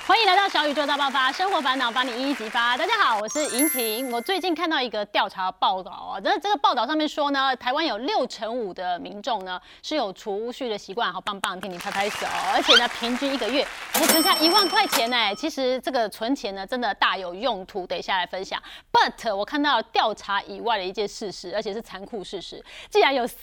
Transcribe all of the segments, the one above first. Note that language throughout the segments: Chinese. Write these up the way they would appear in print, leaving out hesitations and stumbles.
欢迎来到小宇宙大爆发，生活烦恼帮你一一激发。大家好，我是莹婷。我最近看到一个调查报道啊，这个报道上面说呢，台湾有65%的民众呢是有储蓄的习惯，好棒棒，替你拍拍手。而且呢，平均一个月可以存下1万块钱呢。其实这个存钱呢，真的大有用途。等一下来分享。But 我看到调查以外的一件事实，而且是残酷事实，竟然有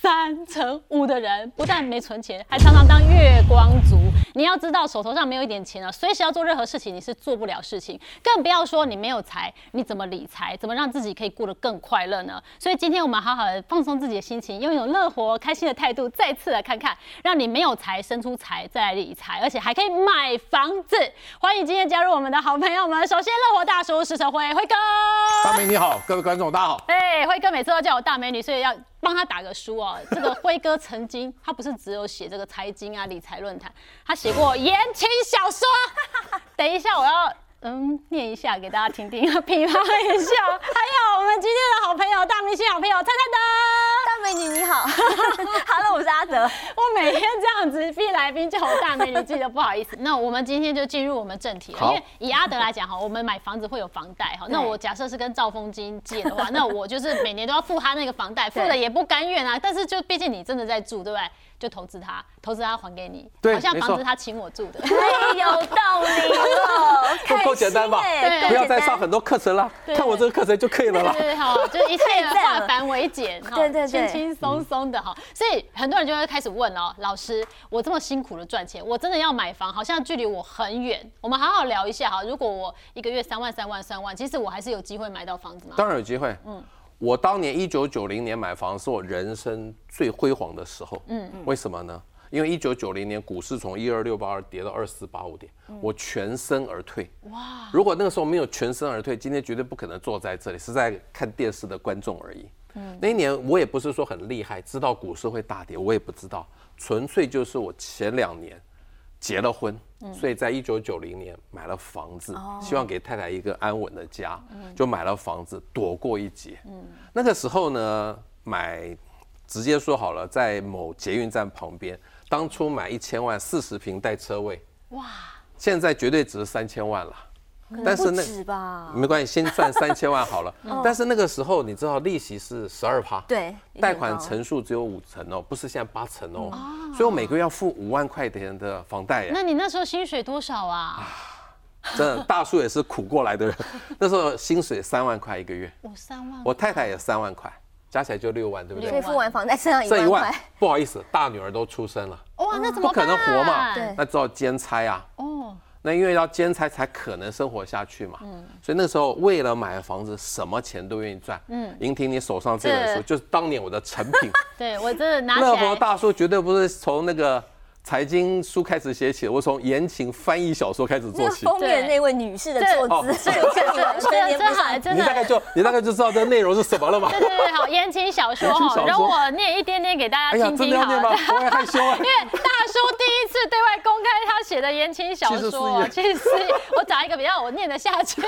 35%的人不但没存钱，还常常当月光族。你要知道，手头上没有一点钱啊，随时要做任何事情你是做不了事情，更不要说你没有财，你怎么理财，怎么让自己可以过得更快乐呢？所以今天我们好好的放松自己的心情，用一种乐活开心的态度，再次来看看，让你没有财生出财，再来理财，而且还可以买房子。欢迎今天加入我们的好朋友们，首先乐活大叔施成辉辉哥， 大美你好，各位观众大家好。 辉哥每次都叫我大美女，所以要帮他打个书哦。这个辉哥曾经，他不是只有写这个财经啊、理财论坛，他写过言情小说。等一下，我要念一下给大家听听，批判一下。还有我们今天的好朋友，大明星好朋友蔡蔡德。 大美女你好，Hello， 我是阿德。 我每天这样子逼来宾叫我大美女，自己都不好意思。那我们今天就进入我们正题了，因为以阿德来讲哈，我们买房子会有房贷哈。那我假设是跟兆丰金借的话，那我就是每年都要付他那个房贷，付了也不甘愿啊。但是就毕竟你真的在住，对不对？就投资他还给你，好像房子他请我住的， 太有道理了， 够简单吧？ 对， 不要再上很多课程了，看我这个课程就可以了啦。 对，好，就一切化繁为简， 对， 轻轻松松的哈。所以很多人就会开始问哦，老师，我这么辛苦的赚钱，我真的要买房，好像距离我很远。我们好好聊一下哈，如果我一个月3万，其实我还是有机会买到房子吗？ 当然有机会。我当年1990年买房是我人生最辉煌的时候。为什么呢？因为1990年股市从12682跌到2485点，我全身而退。哇！如果那个时候没有全身而退，今天绝对不可能坐在这里，是在看电视的观众而已。那一年我也不是说很厉害，知道股市会大跌，我也不知道，纯粹就是我前2年结了婚，所以在1990年买了房子，希望给太太一个安稳的家，就买了房子，躲过一劫。那个时候呢，直接说好了，在某捷运站旁边，当初买1000万，40坪带车位，哇，现在绝对值3000万了。但是不止吧？ 没关系，先算3000万好了。但是那个时候你知道利息是12%， 对， 贷款成数只有5成哦，不是现在8成哦。所以我每个月要付5万块钱的房贷呀。 那你那时候薪水多少啊？ 真的，大叔也是苦过来的人。那时候薪水3万块一个月， 我3万， 我太太也3万块，加起来就6万，对不对？ 所以付完房贷剩下这 1万块。 不好意思，大女儿都出生了， 哇，那怎么办？ 不可能活嘛， 对， 那只好兼差啊。那因为要兼差才可能生活下去嘛，所以那时候为了买房子，什么钱都愿意赚。莹婷，你手上这本书就是当年我的成品。 对，我真的拿起来。 乐活大叔绝对不是从那个财经书开始写起，我从言情翻译小说开始做起。 封面那位女士的坐姿，所以我跟你完全连不上。 真的， 你大概就知道这内容是什么了嘛？ 对，好，言情小说哈，容我念一点点给大家听听好了。 我也害羞啊。 因为大叔第一次对外公开他写的言情小说，其实我找一个比较我念得下去的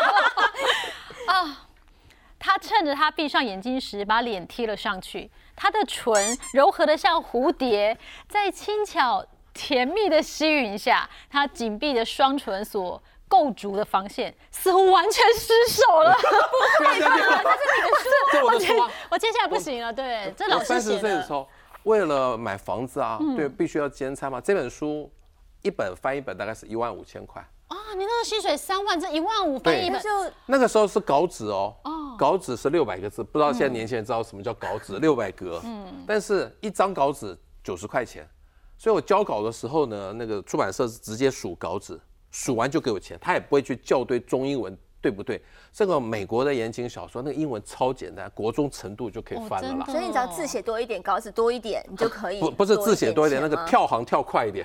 啊。他趁着他闭上眼睛时，把脸贴了上去，他的唇柔和的像蝴蝶，在轻巧甜蜜的吸吮下，他紧闭的双唇所构筑的防线似乎完全失守了。 这是你的书，我的书啊！ 我接下来不行了，对，这老师写的。 30岁的时候，为了买房子啊，对，必须要兼差嘛。这本书一本翻一本大概是15000块。 啊，你那个薪水3万，这15000翻一本， 那个时候是稿纸哦，稿纸是600个字，不知道现在年轻人知道什么叫稿纸，600格，但是一张稿纸90块钱，所以我交稿的时候呢，那个出版社是直接数稿纸，数完就给我钱，他也不会去校对中英文对不对。这个美国的言情小说，那个英文超简单，国中程度就可以翻了啦。 所以你只要字写多一点，稿纸多一点，你就可以。 不是字写多一点，那个跳行跳快一点。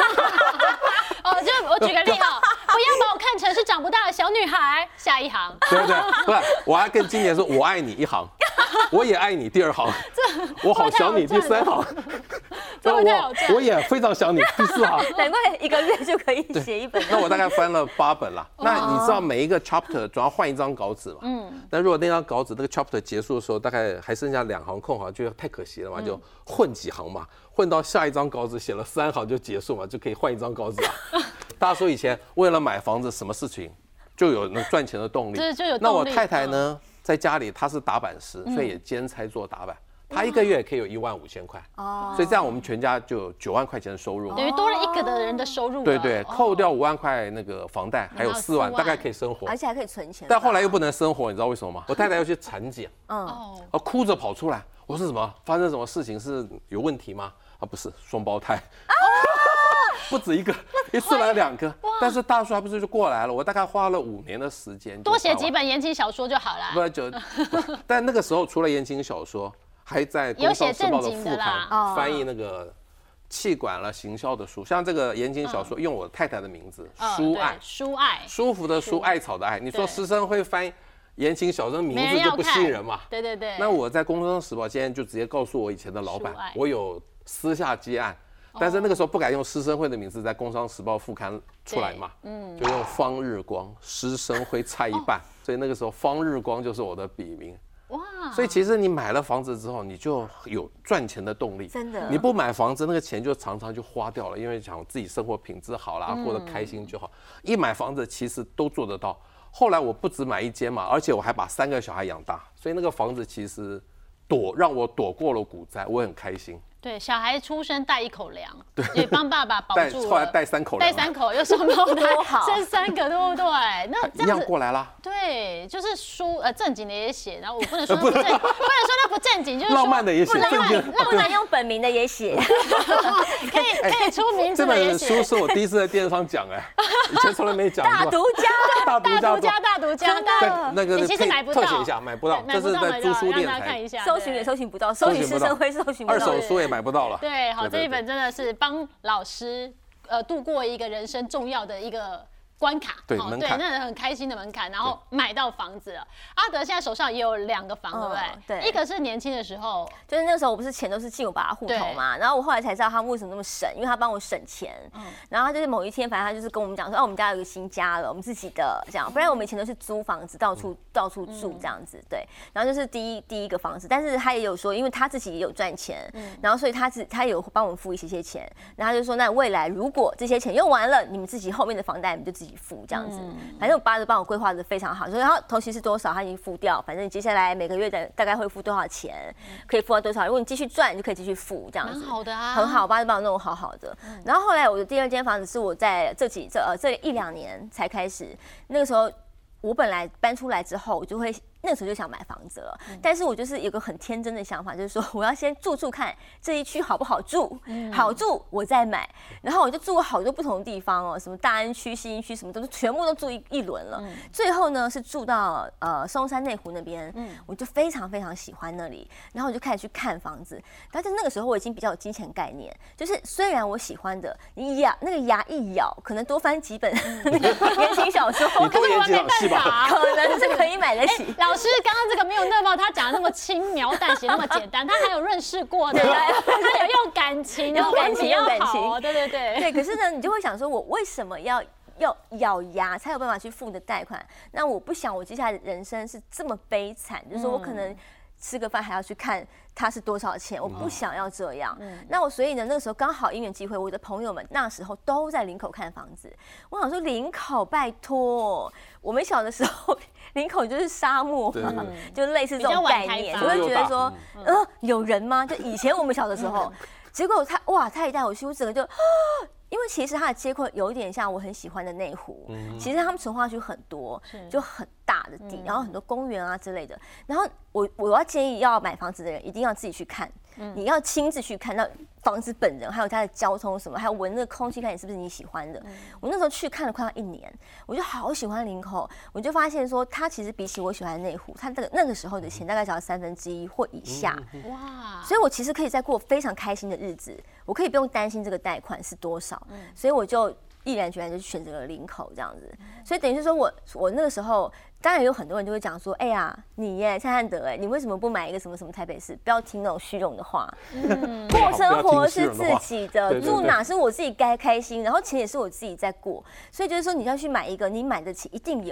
就我举个例哈，不要把我看成是长不大的小女孩。下一行， 对不对？不是，我还更经典说，我爱你1行，我也爱你第2行，我好想你第3行，我也非常想你第4行。 难怪1个月就可以写一本。 那我大概翻了8本啦。那你知道每一个 chapter 总要换一张稿纸嘛？那如果那张稿纸那个 chapter 结束的时候，大概还剩下2行空行，就太可惜了嘛，就混几行嘛。混到下一张稿纸写了3行就结束嘛，就可以换一张稿纸啊。 大叔以前为了买房子，什么事情就有那赚钱的动力。 就有动力。 那我太太呢，在家里她是打板师，所以也兼差做打板。她1个月可以有15000块，所以这样我们全家就有9万块钱的收入， 等于多了1个的人的收入。 对，扣掉5万块那个房贷，还有4万，大概可以生活， 而且还可以存钱。 但后来又不能生活，你知道为什么吗？我太太要去产检，哭着跑出来，我说什么？发生什么事情？是有问题吗？不是，双胞胎。不止1个，一次来2个，但是大叔还不是就过来了？我大概花了5年的时间， 多写几本言情小说就好了。 但那个时候除了言情小说，还在《工商时报》的副刊翻译那个气管了行销的书，像这个言情小说用我太太的名字舒爱，舒服的舒，艾草的艾。你说师生会翻言情小说名字就不吸引人嘛？ 对。 那我在《工商时报》今天就直接告诉我以前的老板，我有私下接案。但是那个时候不敢用师生会的名字在《工商时报》副刊出来嘛，就用方日光，师生会差一半，所以那个时候方日光就是我的笔名。哇！所以其实你买了房子之后，你就有赚钱的动力。 真的， 你不买房子，那个钱就常常就花掉了，因为想自己生活品质好啦，过得开心就好。一买房子其实都做得到。后来我不止买1间嘛，而且我还把3个小孩养大，所以那个房子其实让我躲过了股灾，我很开心。 对，小孩出生带1口粮，也帮爸爸保住了。 后来带3口粮， 带3口又双胞胎，生3个，对不对？那这样子一样过来啦。 对，就是书正经的也写，然后我不能说不正，不能说他不正经，就是浪漫的也写， 不能用本名的也写， 可以出名字的也写。 这本书是我第一次在电视上讲，以前从来没讲过。 大独家， 那个你其实买不到， 特写一下，买不到，这是在租书店才搜寻也搜寻不到，搜寻师生会搜寻不到， 二手书也买不到了。 对，好，这一本真的是帮老师度过一个人生重要的一个关卡， 对，门槛， 那很开心的门槛，然后买到房子了。阿德现在手上也有2个房，对不对？对，一个是年轻的时候， 就是那时候我不是钱都是进我爸的户头嘛，然后我后来才知道他为什么那么省，因为他帮我省钱。然后他就是某一天，反正他就是跟我们讲说，我们家有一个新家了，我们自己的这样，不然我们以前都是租房子，到处住这样子，对。然后就是第一个房子，但是他也有说，因为他自己也有赚钱，然后所以他有帮我们付一些钱，然后他就说，那未来如果这些钱用完了，你们自己后面的房贷你们就自己付这样子。反正我爸都帮我规划的非常好，所以他头期是多少他已经付掉，反正你接下来每个月大概会付多少钱，可以付到多少，如果你继续赚，你就可以继续付这样子。 很好的啊， 很好，我爸就帮我弄好好的。然后后来我的第2间房子是我在这1-2年才开始，那个时候我本来搬出来之后，我就会那时候就想买房子了，但是我就是有个很天真的想法，就是说我要先住看这一区好不好住，好住我再买。然后我就住过好多不同的地方哦，什么大安区、信义区，什么都全部都住一轮了。最后呢是住到松山内湖那边，我就非常非常喜欢那里，然后我就开始去看房子。但是那个时候我已经比较有金钱概念，就是虽然我喜欢的，你那个牙一咬，可能多翻几本那个言情小说， 可是我没办法，可能是可以买得起。 老师刚刚这个没有那么他讲的那么轻描淡写那么简单，他还有认识过的，他有用感情， 用感情， 对。 可是呢，你就会想说，我为什么要咬牙才有办法去付你的贷款？那我不想我接下来的人生是这么悲惨，就是说我可能吃个饭还要去看它是多少钱，我不想要这样。那我所以呢，那个时候刚好因缘际会，我的朋友们那时候都在林口看房子。我想说林口拜托，我们小的时候林口就是沙漠嘛，就类似这种概念，就会觉得说，有人吗？就以前我们小的时候，结果他一带我去，我整个就。因为其实它的街廓有一点像我很喜欢的内湖，其实他们从化区很多，就很大的地，然后很多公园啊之类的。然后我要建议要买房子的人一定要自己去看，你要亲自去看到房子本人，还有它的交通什么，还有闻那个空气，看你是不是你喜欢的。我那时候去看了快要1年，我就好喜欢林口，我就发现说它其实比起我喜欢的内湖，它那个时候的钱大概只要1/3或以下，哇！所以我其实可以再过非常开心的日子，我可以不用担心这个贷款是多少。所以我就毅然决然就选择了林口这样子，所以等于是说我那个时候，当然有很多人就会讲说，哎呀，你耶蔡汉德你为什么不买一个什么什么台北市？不要听那种虚荣的话，过生活是自己的，住哪是我自己该开心，然后钱也是我自己在过，所以就是说你要去买一个你买得起，一定有。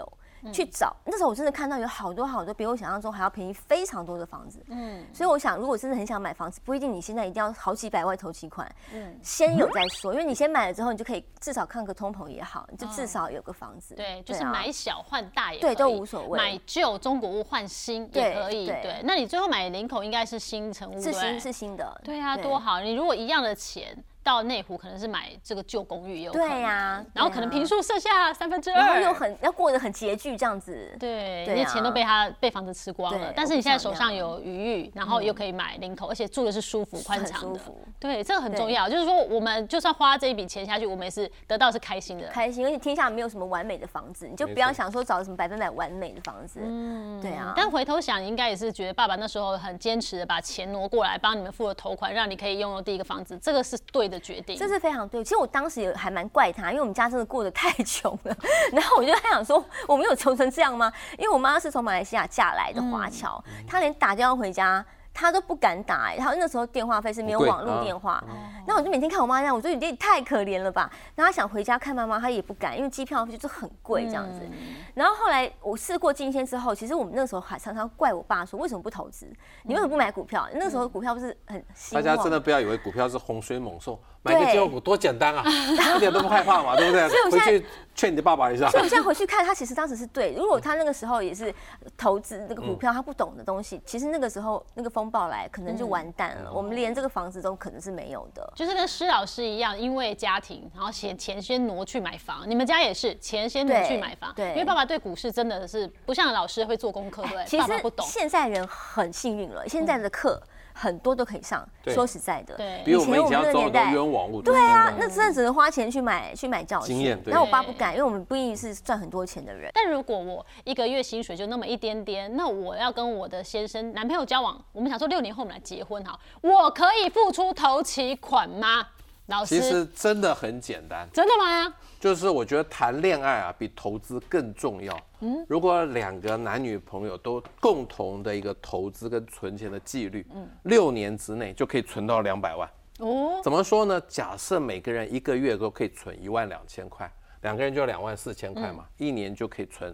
去找。那时候我真的看到有好多比我想象中还要便宜非常多的房子。所以我想，如果真的很想买房子，不一定你现在一定要好几百万头期款，先有再说。因为你先买了之后，你就可以至少看个通膨也好，你就至少有个房子。 对，就是买小换大也可以， 对，都无所谓。 买旧中古屋换新也可以。对，那你最后买林口应该是新成屋， 是新的。 对啊，多好！你如果一样的钱。到内湖可能是买这个旧公寓也有可能， 对呀， 然后可能坪数剩下2/3， 然后又要过得很拮据这样子， 对，你的钱都被房子吃光了。但是你现在手上有余裕，然后又可以买林口，而且住的是舒服宽敞的，对，这个很重要。就是说，我们就算花这一笔钱下去，我们也是得到是开心的， 开心。而且天下没有什么完美的房子，你就不要想说找什么100%完美的房子，对啊。 但回头想，应该也是觉得爸爸那时候很坚持的把钱挪过来，帮你们付了头款，让你可以拥有第一个房子，这个是对的决定， 这是非常对。其实我当时也还蛮怪他，因为我们家真的过得太穷了。然后我就在想说，我们有穷成这样吗？因为我妈是从马来西亚嫁来的华侨，她连打电话回家她都不敢打。然后那时候电话费是没有网络电话，然后我就每天看我妈这样，我说你这也太可怜了吧。然后她想回家看妈妈，她也不敢，因为机票费就是很贵这样子。然后后来我试过进签之后，其实我们那时候还常常怪我爸说，为什么不投资？你为什么不买股票？那时候股票不是很兴旺？ 大家真的不要以为股票是洪水猛兽。买个金融股多简单啊，一点都不害怕嘛，对不对？回去劝你的爸爸一下。 所以我现在回去看，他其实当时是对。如果他那个时候也是投资那个股票，他不懂的东西，其实那个时候那个风暴来，可能就完蛋了。我们连这个房子都可能是没有的。 就是跟施老师一样，因为家庭，然后钱先挪去买房。你们家也是钱先挪去买房，对。因为爸爸对股市真的是不像老师会做功课，对。 其实现在人很幸运了，现在的课。很多都可以上，说实在的， 比我们以前要走很多冤枉路。 对啊，那真的只能花钱去买教训。 经验。 然后我爸不敢，因为我们不一定是赚很多钱的人。 但如果我一个月薪水就那么一点点，那我要跟我的先生、男朋友交往，我们想说6年后我们来结婚好，我可以付出头期款吗？老师， 其实真的很简单。 真的吗？ 就是我觉得谈恋爱啊，比投资更重要。如果2个男女朋友都共同的一个投资跟存钱的纪律，6年之内就可以存到200万。哦，怎么说呢？假设每个人1个月都可以存12000块，2个人就24000块嘛，1年就可以存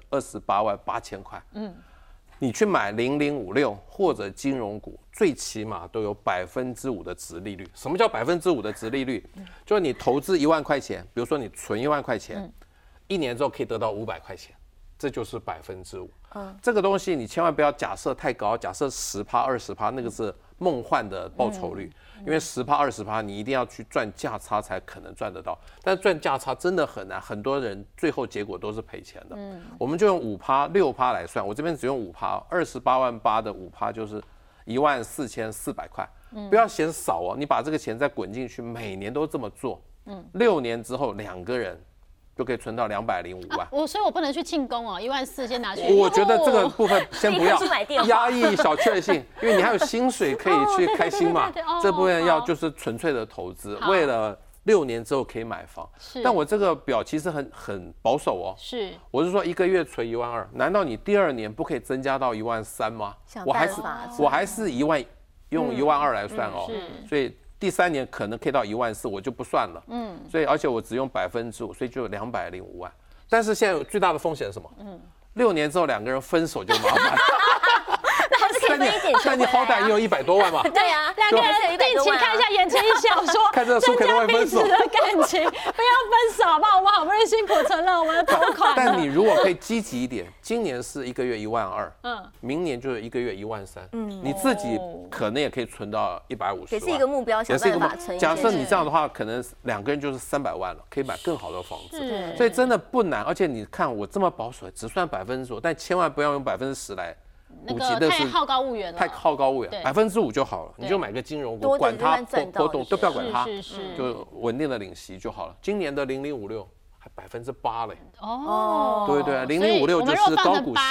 288000块。你去买0056或者金融股，最起码都有5%的殖利率。什么叫5%的殖利率？就是你投资1万块钱，比如说你存1万块钱，1年之后可以得到500块钱，这就是5%。这个东西你千万不要假设太高，假设10%、20%，那个是梦幻的报酬率。因为10%、20%，你一定要去赚价差才可能赚得到，但赚价差真的很难，很多人最后结果都是赔钱的。我们就用5%、6%来算，我这边只用5%，28万8的5%就是14400块，不要嫌少哦，你把这个钱再滚进去，每年都这么做，6年之后2个人就可以存到205万。 所以我不能去庆功哦，14000先拿去。 我觉得这个部分先不要，压抑小确幸，因为你还有薪水可以去开心嘛。这部分要就是纯粹的投资，为了6年之后可以买房。但我这个表其实很保守哦。是，我是说1个月存12000，难道你第2年不可以增加到13000吗？我还是用12000来算哦。所以。第3年可能可以到14000，我就不算了。所以而且我只用5%，所以就有205万。但是现在有最大的风险是什么？6年之后2个人分手就麻烦。 那还是可以分一点。 但你好歹也有100多万嘛。 对啊 ，2个人定期看一下言情小说， 看这个书可能会分手。 增加彼此的感情，不要分手好不好？我们好不容易辛苦存了我们的头款。 但你如果可以积极一点，今年是1个月12000，明年就是1个月13000，你自己可能也可以存到150万， 也是一个目标，想办法存。 假设你这样的话，可能2个人就是300万了，可以买更好的房子。所以真的不难，而且你看我这么保守，只算5%，但千万不要用10%来。 那个太好高骛远了， 太好高骛远，5%就好了，你就买个金融股，管它波动都不要管它，就稳定的领息就好了。今年的0056还8%嘞，哦，对对，0056就是高股息的。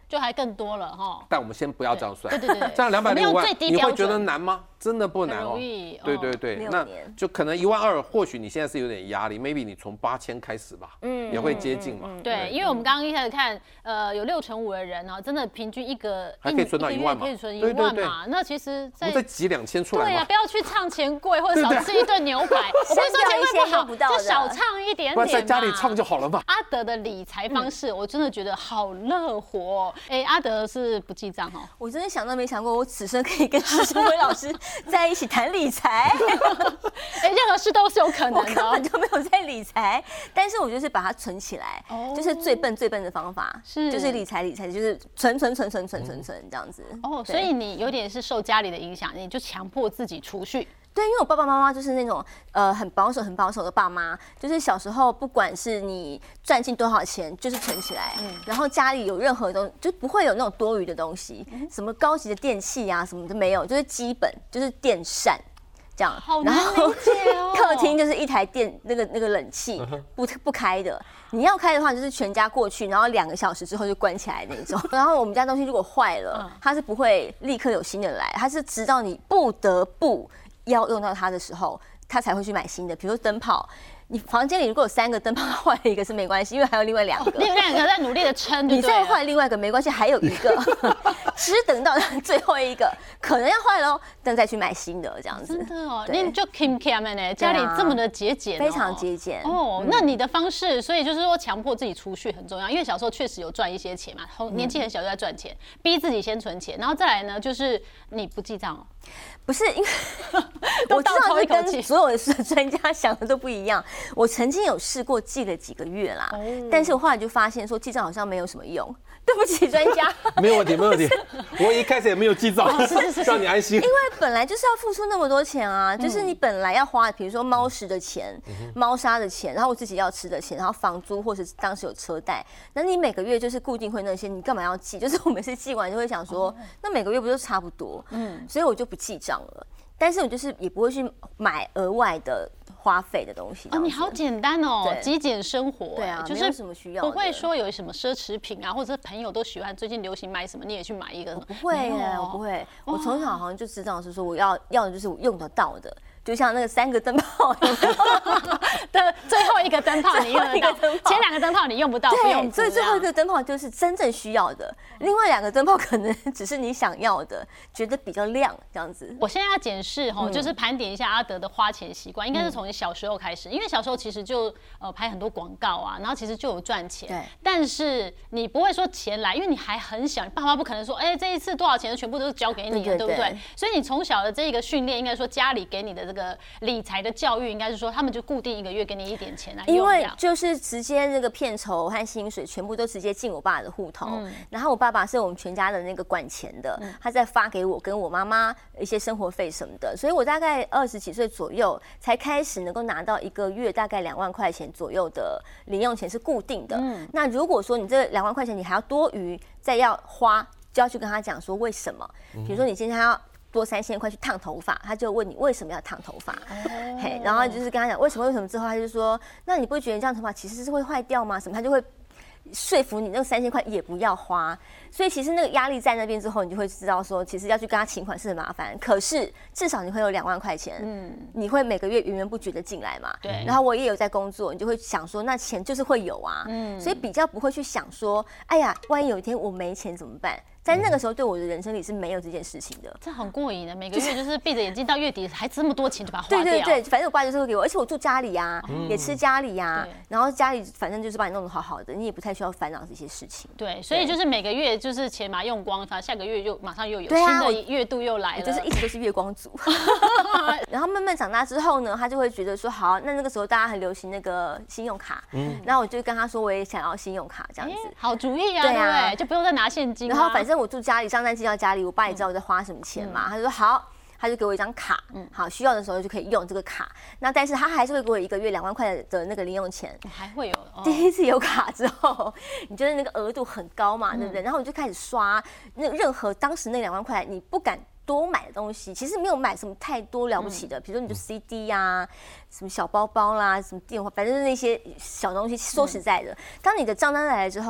就还更多了哈。 但我们先不要这样算， 对， 这样206万，你会觉得难？ 难吗？真的不难哦。对，那就可能12000，或许你现在是有点压力 ，maybe 你从8000开始吧，也会接近嘛。 对，因为我们刚刚一开始看，有65%的人真的平均还可以存到1万嘛， 可以存1万嘛。那其实我们再挤2000出来嘛。 对呀，不要去唱钱柜或者少吃一顿牛排。我不是说钱柜不好，就少唱一点点嘛。 在家里唱就好了嘛。 阿德的理财方式，我真的觉得好乐活。阿德是不记账哦。 我真的想都没想过，我此生可以跟施生辉老师在一起谈理财。 任何事都是有可能的， 我根本就没有在理财，但是我就是把它存起来，就是最笨的方法，就是理财，就是存这样子。 所以你有点是受家里的影响，你就强迫自己储蓄。 对，因为我爸爸妈妈就是那种很保守的爸妈，就是小时候不管是你赚进多少钱，就是存起来，然后家里有任何东西就不会有那种多余的东西，什么高级的电器啊什么都没有，就是基本就是电扇。这样， 然后客厅就是一台那个冷气不开的，你要开的话就是全家过去，然后2个小时之后就关起来那种。然后我们家东西如果坏了，它是不会立刻有新的来，它是直到你不得不要用到它的时候，它才会去买新的。比如说灯泡。你房间里如果有3个灯泡，换了一个是没关系，因为还有另外2个。 另外2个在努力的撑， 你再换另外一个没关系，还有1个，只等到最后一个可能要坏喽，但再去买新的这样子。 真的哦，你就 Kim 呢，家里这么的节俭， 非常节俭哦。那你的方式，所以就是说强迫自己储蓄很重要，因为小时候确实有赚一些钱嘛，年纪很小就在赚钱，逼自己先存钱，然后再来呢，就是你不记账哦。 不是，因为我知道是跟所有的专家想的都不一样。我曾经有试过记了几个月啦，但是我后来就发现说记账好像没有什么用。对不起，专家。 没有问题，没有问题。我一开始也没有记账，让你安心。 因为本来就是要付出那么多钱啊，就是你本来要花，比如说猫食的钱、猫砂的钱，然后我自己要吃的钱，然后房租或者是当时有车贷，那你每个月就是固定会那些，你干嘛要记？就是我每次记完就会想说，那每个月不就差不多？所以我就不记账了。但是我就是也不会去买额外的花费的东西。 哦，你好简单哦，极简生活。 对啊，就是什么需要， 不会说有什么奢侈品啊，或者是朋友都喜欢最近流行买什么，你也去买一个。 我不会耶，我不会。我从小好像就知道是说我要的就是我用得到的。就像那个3个灯泡的最后一个灯泡你用得到，前2个灯泡你用不到，不用。 所以最后一个灯泡就是真正需要的，另外2个灯泡可能只是你想要的，觉得比较亮这样子。 我现在要检视就是盘点一下阿德的花钱习惯，应该是从你小时候开始，因为小时候其实就拍很多广告啊，然后其实就有赚钱。 对。 但是你不会说钱来，因为你还很小，你爸妈不可能说，这一次多少钱全部都是交给你的，对不对？所以你从小的这个训练，应该说家里给你的这个理财的教育，应该是说他们就固定1个月给你一点钱来用， 因为就是直接那个片酬和薪水全部都直接进我爸的户头，然后我爸爸是我们全家的那个管钱的，他再发给我跟我妈妈一些生活费什么的，所以我大概20几岁左右才开始能够拿到1个月大概2万块钱左右的零用钱是固定的。那如果说你这2万块钱你还要多余再要花，就要去跟他讲说为什么，比如说你今天要多3000块去烫头发，他就问你为什么要烫头发，然后就是跟他讲为什么之后，他就说，那你不会觉得这样头发其实是会坏掉吗？什么，他就会说服你那个3000块也不要花。所以其实那个压力在那边之后，你就会知道说，其实要去跟他请款是很麻烦，可是至少你会有2万块钱，你会每个月源源不绝的进来嘛。 对。 然后我也有在工作，你就会想说，那钱就是会有啊，所以比较不会去想说，哎呀，万一有一天我没钱怎么办？在那个时候，对我的人生里是没有这件事情的。 这很过瘾的，每个月就是闭着眼睛到月底还这么多钱就把它花掉。 对，反正我爸就是会给我，而且我住家里啊，也吃家里啊，然后家里反正就是把你弄得好好的，你也不太需要烦恼这些事情。 对，所以就是每个月就是钱把它用光，反正下个月就马上又有新的月度又来了， 就是一直都是月光族。然后慢慢长大之后呢，他就会觉得说，好，那个时候大家很流行那个信用卡，然后我就跟他说，我也想要信用卡这样子。 好主意啊，对不对？就不用再拿现金。 然后反正我住家里，账单寄到家里，我爸也知道我在花什么钱嘛，他就说好。他就给我一张卡，好，需要的时候就可以用这个卡。那但是他还是会给我1个月2万块的那个零用钱。 还会有。 第一次有卡之后，你觉得那个额度很高嘛，对不对？然后我就开始刷，那任何当时那2万块你不敢多买的东西，其实没有买什么太多了不起的，比如说你就 CD 呀、什么小包包啦、什么电话，反正那些小东西。说实在的，当你的账单来了之后，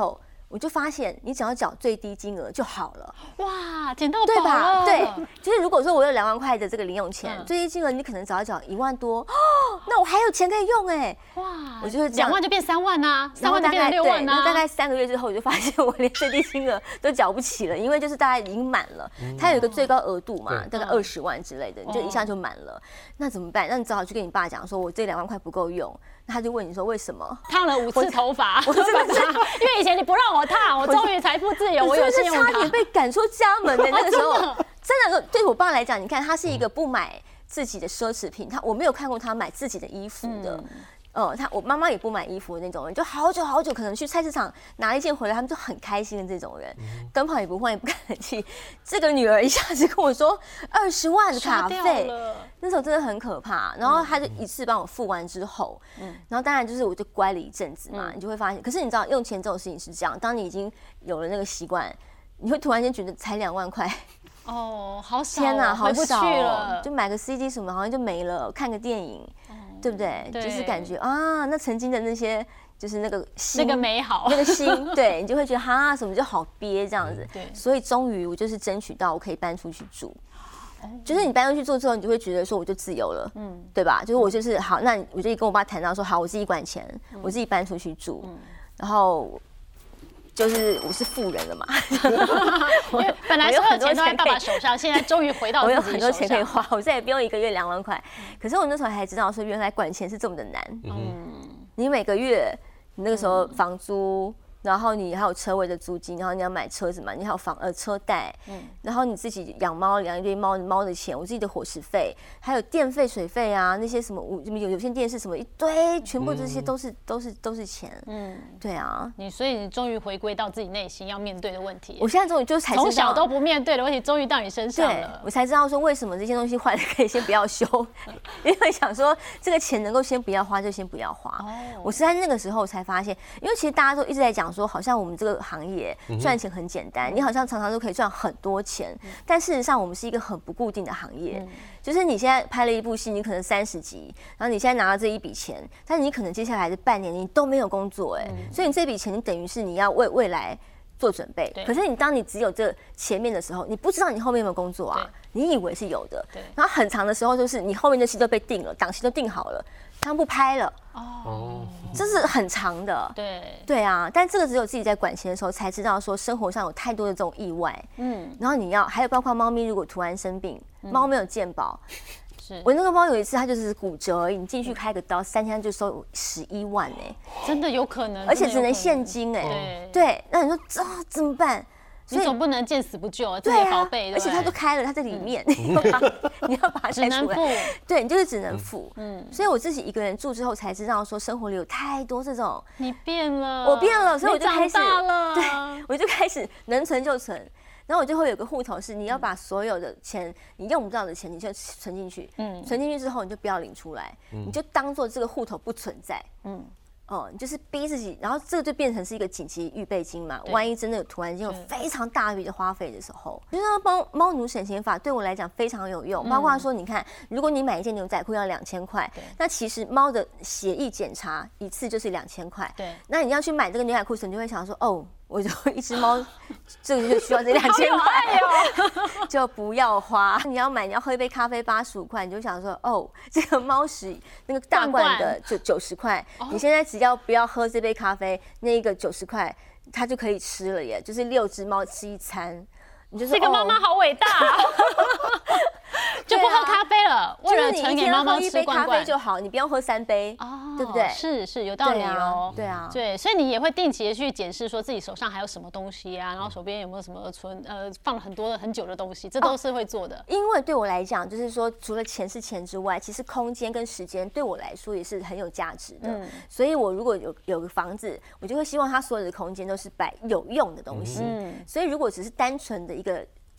我就发现你只要缴最低金额就好了。 哇，捡到宝了， 对吧？对，就是如果说我有2万块的这个零用钱，最低金额你可能只要缴1万多，那我还有钱可以用哎。哇，我就是这样 2万就变3万啊，3万就变6万啊。 那大概3个月之后，我就发现我连最低金额都缴不起了，因为就是大概已经满了，它有一个最高额度嘛，大概20万之类的，你就一下就满了。那怎么办？那你只好去跟你爸讲说，我这2万块不够用。那他就问你说为什么？ 烫了5次头发，我真的是，因为以前你不让我烫，我终于财富自由，我有信用卡， 差点被赶出家门的那个时候，真的对我爸来讲，你看他是一个不买自己的奢侈品，我没有看过他买自己的衣服的。我妈妈也不买衣服的那种人，就好久可能去菜市场拿一件回来，他们就很开心的这种人，灯泡也不换，也不开冷气。这个女儿一下子跟我说20万的卡费，那时候真的很可怕。然后他就一次帮我付完之后，然后当然就是我就乖了一阵子嘛，你就会发现，可是你知道用钱这种事情是这样，当你已经有了那个习惯，你会突然间觉得才2万块。 哦，好少， 天哪，好少了， 就买个 CD 什么好像就没了，看个电影，对不对？就是感觉啊，那曾经的那些，就是那个心， 那个美好， 那个心，对你就会觉得哈什么就好憋这样子。 对， 所以终于我就是争取到我可以搬出去住。就是你搬出去住之后，你就会觉得说我就自由了，对吧？就是我就是好，那我就跟我爸谈到说好，我自己管钱，我自己搬出去住，然后。就是我是富人了嘛， 因为本来所有钱都在爸爸手上，现在终于回到自己手上。 我有很多钱可以花，我再也不用1个月2万块。可是我那时候还知道说，原来管钱是这么的难。你每个月你那个时候房租。然后你还有车位的租金，然后你要买车子嘛，你还有车贷，然后你自己养猫，养一堆猫的钱，我自己的伙食费，还有电费、水费啊，那些什么有线电视什么一堆，全部这些都是钱。对啊， 所以你终于回归到自己内心要面对的问题。 我现在终于就才知道从小都不面对的问题，终于到你身上了。 我才知道说为什么这些东西坏了可以先不要修，因为想说这个钱能够先不要花就先不要花。我是在那个时候才发现，因为其实大家都一直在讲。说好像我们这个行业赚钱很简单，你好像常常都可以赚很多钱，但事实上我们是一个很不固定的行业。就是你现在拍了一部戏，你可能30集，然后你现在拿到这一笔钱，但是你可能接下来的半年你都没有工作，所以你这笔钱你等于是你要为未来做准备。可是当你只有这前面的时候，你不知道你后面有没有工作啊？你以为是有的，然后很长的时候就是你后面的戏都被定了，档期都定好了，他们不拍了。这是很长的，对啊，但这个只有自己在管钱的时候才知道，说生活上有太多的这种意外，然后你要还有包括猫咪如果突然生病，猫没有健保，我那个猫有一次它就是骨折而已，你进去开个刀，3天就收11万真的有可能， 而且只能现金对，那你说这怎么办？ 你总不能见死不救啊，这些宝贝， 而且它都开了，它在里面，你要把它拆出来，对，你就是只能付。所以我自己一个人住之后才知道，说生活里有太多这种。 你变了， 我变了，所以我就开始， 对， 我就开始能存就存，然后我就会有个户头，是你要把所有的钱，你用不到的钱，你就存进去，存进去之后你就不要领出来，你就当做这个户头不存在，你就是逼自己，然后这个就变成是一个紧急预备金嘛。万一真的有突然间有非常大笔的花费的时候，就是帮猫奴省钱法对我来讲非常有用。包括说，你看，如果你买一件牛仔裤要2000块，那其实猫的血液检查一次就是2000块。对，那你要去买这个牛仔裤时，你就会想说，哦。我就一只猫，这个就需要这2000块，就不要花。你要喝一杯咖啡85块，你就想说，哦，这个猫屎那个大罐的就90块，你现在只要不要喝这杯咖啡，那个90块它就可以吃了耶，就是6只猫吃一餐。你就这个妈妈好伟大，就不喝咖啡了，为了盛给猫猫吃罐罐。 咖啡就好，你不要喝3杯，对不对？ 是有道理哦。 对啊， 对，所以你也会定期的去检视，说自己手上还有什么东西啊，然后手边有没有什么放了很久的东西，这都是会做的。 因为对我来讲，就是说除了钱是钱之外，其实空间跟时间对我来说也是很有价值的。所以我如果有个房子，我就会希望它所有的空间都是摆有用的东西。所以如果只是单纯的一个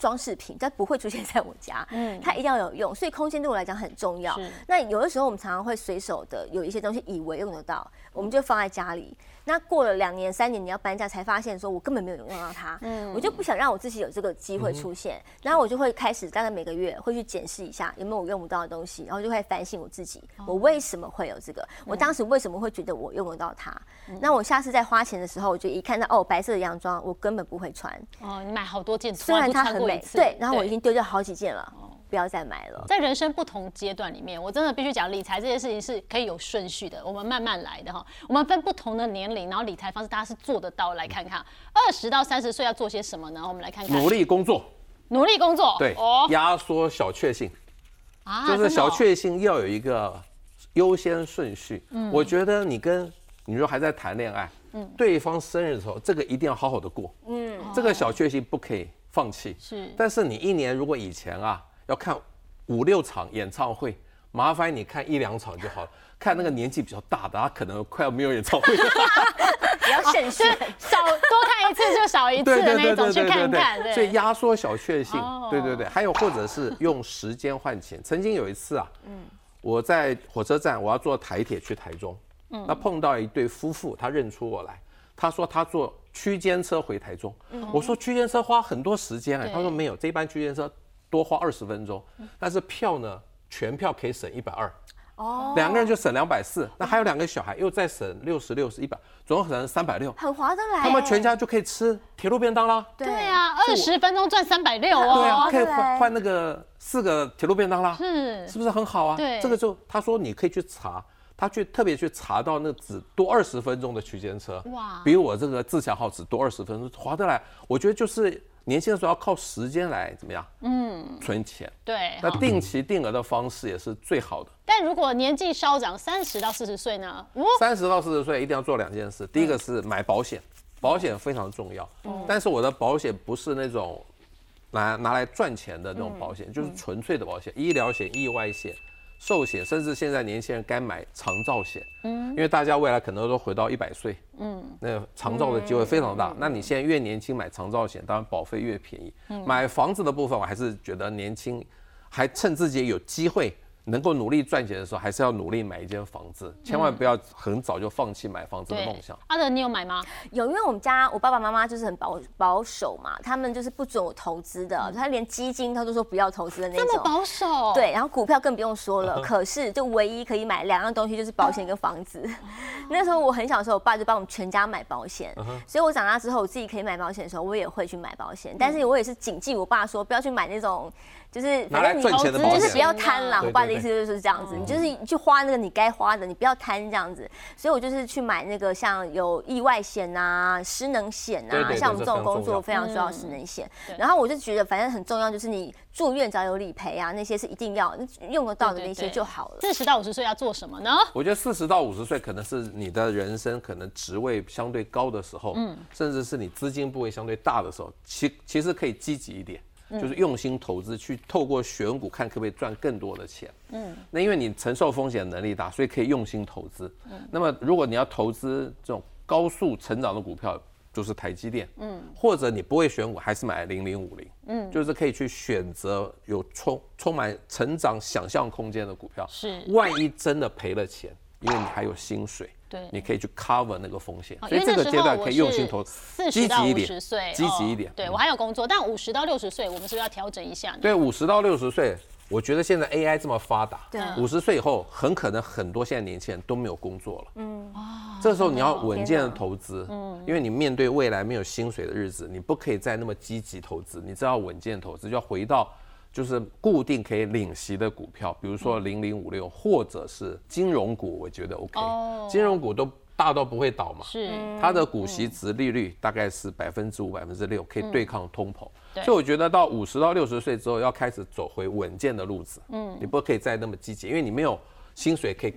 装饰品，但不会出现在我家。它一定要有用，所以空间对我来讲很重要。那有的时候我们常常会随手的有一些东西以为用得到，我们就放在家里。那过了2年3年，你要搬家才发现说我根本没有用到它。我就不想让我自己有这个机会出现，然后我就会开始大概每个月会去检视一下有没有我用不到的东西，然后就会反省我自己，我为什么会有这个？我当时为什么会觉得我用得到它？那我下次在花钱的时候，我就一看到白色的洋装，我根本不会穿。 你买好多件， 虽然它很美，对，然后我已经丢掉好几件了。不要再买了。 在人生不同阶段里面，我真的必须讲，理财这件事情是可以有顺序的，我们慢慢来的哈。我们分不同的年龄，然后理财方式大家是做得到。来看看20到30岁要做些什么呢？我们来看看。 努力工作。 努力工作。 对。压缩小确幸。就是小确幸要有一个优先顺序。我觉得你如果还在谈恋爱，对方生日的时候，这个一定要好好的过。这个小确幸不可以放弃。是。但是你一年如果以前要看5、6场演唱会，麻烦你看1、2场就好了。看那个年纪比较大的，他可能快要没有演唱会了。 比较省事， 多看一次就少一次的那种，去看看。 所以压缩小确幸，对。还有或者是用时间换钱。曾经有一次我在火车站，我要坐台铁去台中，那碰到一对夫妇，他认出我来，他说他坐区间车回台中。我说区间车花很多时间他说没有，这一班区间车多花20分钟，但是票呢，全票可以省120。2个人就省240，那还有2个小孩又再省60、100，总共可能360， 很划得来。 他们全家就可以吃铁路便当啦。 对啊，20分钟赚360哦。 对啊，可以换那个4个铁路便当啦。是不是很好啊？ 对， 这个就他说你可以去查，他特别去查到那只多20分钟的区间车，哇，比我这个自强号只多20分钟，划得来。我觉得就是年轻的时候要靠时间来怎么样？存钱。 对， 那定期定额的方式也是最好的。 但如果年纪稍长，30到40岁呢 ？30到40岁一定要做2件事，第一个是买保险，保险非常重要。但是我的保险不是那种拿来赚钱的那种保险，就是纯粹的保险，医疗险、意外险、寿险，甚至现在年轻人该买长照险，因为大家未来可能都回到100岁，那长照的机会非常大。那你现在越年轻买长照险，当然保费越便宜。买房子的部分，我还是觉得年轻，还趁自己有机会能够努力赚钱的时候，还是要努力买一间房子，千万不要很早就放弃买房子的梦想。 阿德，你有买吗？ 有，因为我爸爸妈妈就是很保守嘛，他们就是不准我投资的，他连基金他都说不要投资的那种。 这么保守？ 对，然后股票更不用说了。可是就唯一可以买2样东西就是保险跟房子。那时候我很小的时候，我爸就帮我们全家买保险，所以我长大之后我自己可以买保险的时候，我也会去买保险。但是我也是谨记我爸说，不要去买那种。就是拿来赚钱的保险， 就是不要贪啦。我爸的意思就是这样子，你就是去花那个你该花的，你不要贪这样子。所以我就是去买那个像有意外险啊、失能险啊，像我们这种工作非常需要失能险。然后我就觉得反正很重要，就是你住院只要有理赔啊，那些是一定要用得到的那些就好了。 40到50岁要做什么呢？ 我觉得40到50岁可能是你的人生可能职位相对高的时候，甚至是你资金部位相对大的时候，其实可以积极一点。就是用心投资，去透过选股看可不可以赚更多的钱。那因为你承受风险能力大，所以可以用心投资。那么如果你要投资这种高速成长的股票，就是台积电。或者你不会选股，还是买0050。就是可以去选择有充满成长想象空间的股票。是，万一真的赔了钱，因为你还有薪水。对，你可以去 cover 那个风险，所以这个阶段可以用心投资， 积极一点， 积极一点。 对，我还有工作，但50到60岁，我们是不是要调整一下呢？ 对，50到60岁，我觉得现在 AI 这么发达，50岁以后很可能很多现在年轻人都没有工作了。这时候你要稳健的投资，因为你面对未来没有薪水的日子，你不可以再那么积极投资，你只要稳健投资，就要回到。就是固定可以领息的股票，比如说0056，或者是金融股，我觉得 OK。金融股都大到不会倒嘛，是它的股息殖利率大概是5%、6%，可以对抗通膨。所以我觉得到50到60岁之后，要开始走回稳健的路子。你不可以再那么积极，因为你没有薪水可以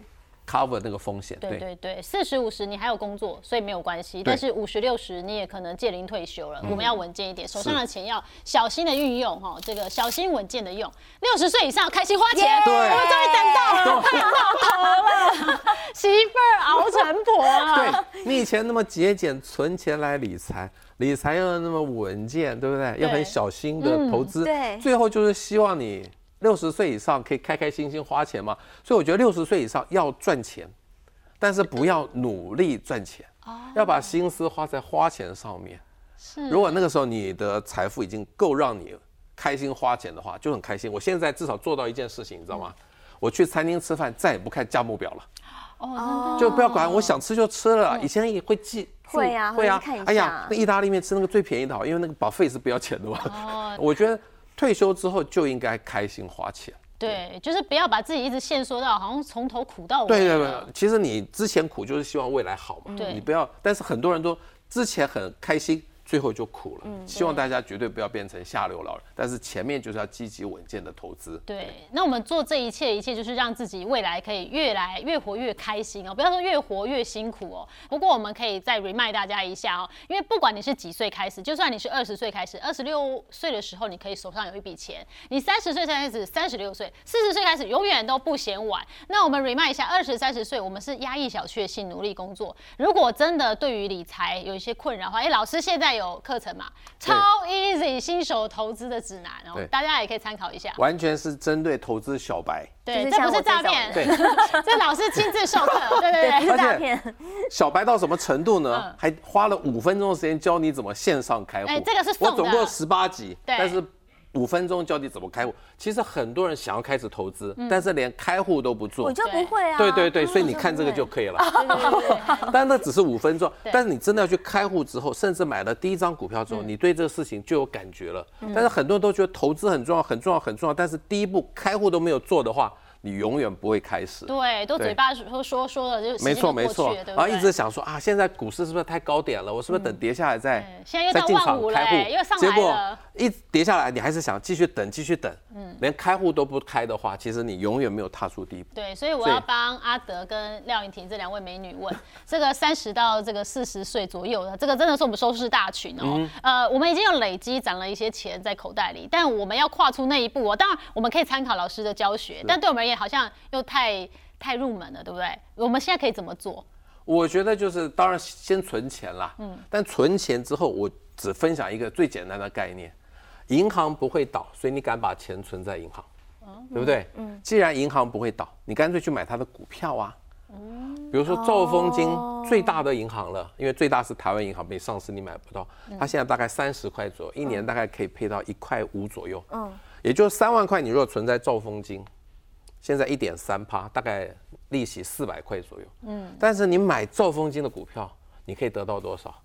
cover 那个风险。 对，40、50你还有工作，所以没有关系。但是50、60你也可能届龄退休了，我们要稳健一点，手上的钱要小心的运用哈，这个小心稳健的用。60岁以上开心花钱，我们终于等到了，盼到头了，媳妇儿熬成婆啊！ 对，你以前那么节俭存钱来理财，理财又那么稳健，对不对？又很小心的投资， 对， 最后就是希望你60岁以上可以开开心心花钱嘛。所以我觉得60岁以上要赚钱，但是不要努力赚钱，要把心思花在花钱上面。如果那个时候你的财富已经够让你开心花钱的话，就很开心。我现在至少做到一件事情，你知道吗？我去餐厅吃饭再也不看价目表了。就不要管，我想吃就吃了。以前也会记， 会啊。 哎呀，那意大利面吃那个最便宜的好，因为那个 buffet 是不要钱的嘛。我觉得退休之后就应该开心花钱。 对，就是不要把自己一直限缩到好像从头苦到尾。 对，其实你之前苦就是希望未来好嘛。 对， 你不要，但是很多人都之前很开心，最后就苦了。希望大家绝对不要变成下流老人，但是前面就是要积极稳健的投资。 对，那我们做这一切就是让自己未来可以越活越开心哦，不要说越活越辛苦哦。不过我们可以再 remind 大家一下哦，因为不管你是几岁开始，就算你是20岁开始，26岁的时候你可以手上有一笔钱，你30岁开始，36岁、40岁开始，永远都不嫌晚。那我们 remind 一下，20、30岁我们是压抑小确幸，努力工作。如果真的对于理财有一些困扰的话，老师现在有课程嘛，超 easy 新手投资的指南哦，大家也可以参考一下。 完全是针对投资小白， 对，这不是诈骗， 对， 这老师亲自授课，对， 不是诈骗。 小白到什么程度呢？还花了5分钟的时间教你怎么线上开户。 这个是送的。 我总共18集，但是5分钟教你怎么开户。其实很多人想要开始投资，但是连开户都不做。 我就不会啊。 对，所以你看这个就可以了。但那只是5分钟，但是你真的要去开户之后，甚至买了第一张股票之后，你对这个事情就有感觉了。但是很多人都觉得投资很重要，很重要，很重要，但是第一步开户都没有做的话，你永远不会开始。 对，都嘴巴说了就没错，然后一直想说啊，现在股市是不是太高点了？我是不是等跌下来再进场开户？结果一跌下来，你还是想继续等。连开户都不开的话，其实你永远没有踏出第一步。 对，所以我要帮阿德跟廖颖婷这2位美女问，这个30到这个40岁左右的，这个真的是我们收视大群哦。我们已经有累积攒了一些钱在口袋里，但我们要跨出那一步哦。当然，我们可以参考老师的教学，但对我们而言好像又太入门了，对不对？我们现在可以怎么做？ 我觉得就是当然先存钱啦，但存钱之后，我只分享一个最简单的概念。银行不会倒，所以你敢把钱存在银行，对不对？既然银行不会倒，你干脆去买它的股票啊。比如说兆丰金最大的银行了，因为最大是台湾银行，没上市你买不到。它现在大概30块左右，一年大概可以配到1.5块左右。也就是3万块，你如果存在兆丰金，现在1.3%，大概利息400块左右。但是你买兆丰金的股票，你可以得到多少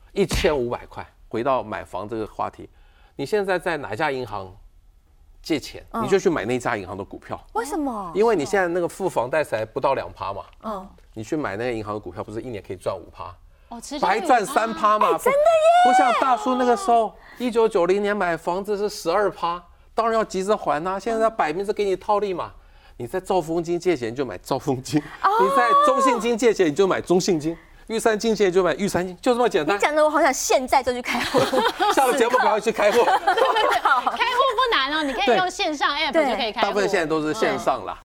？1500块。回到买房这个话题。你现在在哪家银行借钱，你就去买那家银行的股票。 为什么？ 因为你现在那个付房贷才不到2%嘛。你去买那个银行的股票，不是1年可以赚5%，白赚3%嘛。 真的耶！ 不像大叔那个时候，1990年买房子是12%，当然要急着还啊。现在摆明着给你套利嘛。你在兆丰金借钱就买兆丰金，你在中信金借钱你就买中信金。玉山金借就买玉山金，就这么简单。 你讲的我好想现在就去开户， 下了节目赶快去开户。 对，开户不难哦，你可以用线上 app 就可以开户。 大部分现在都是线上啦。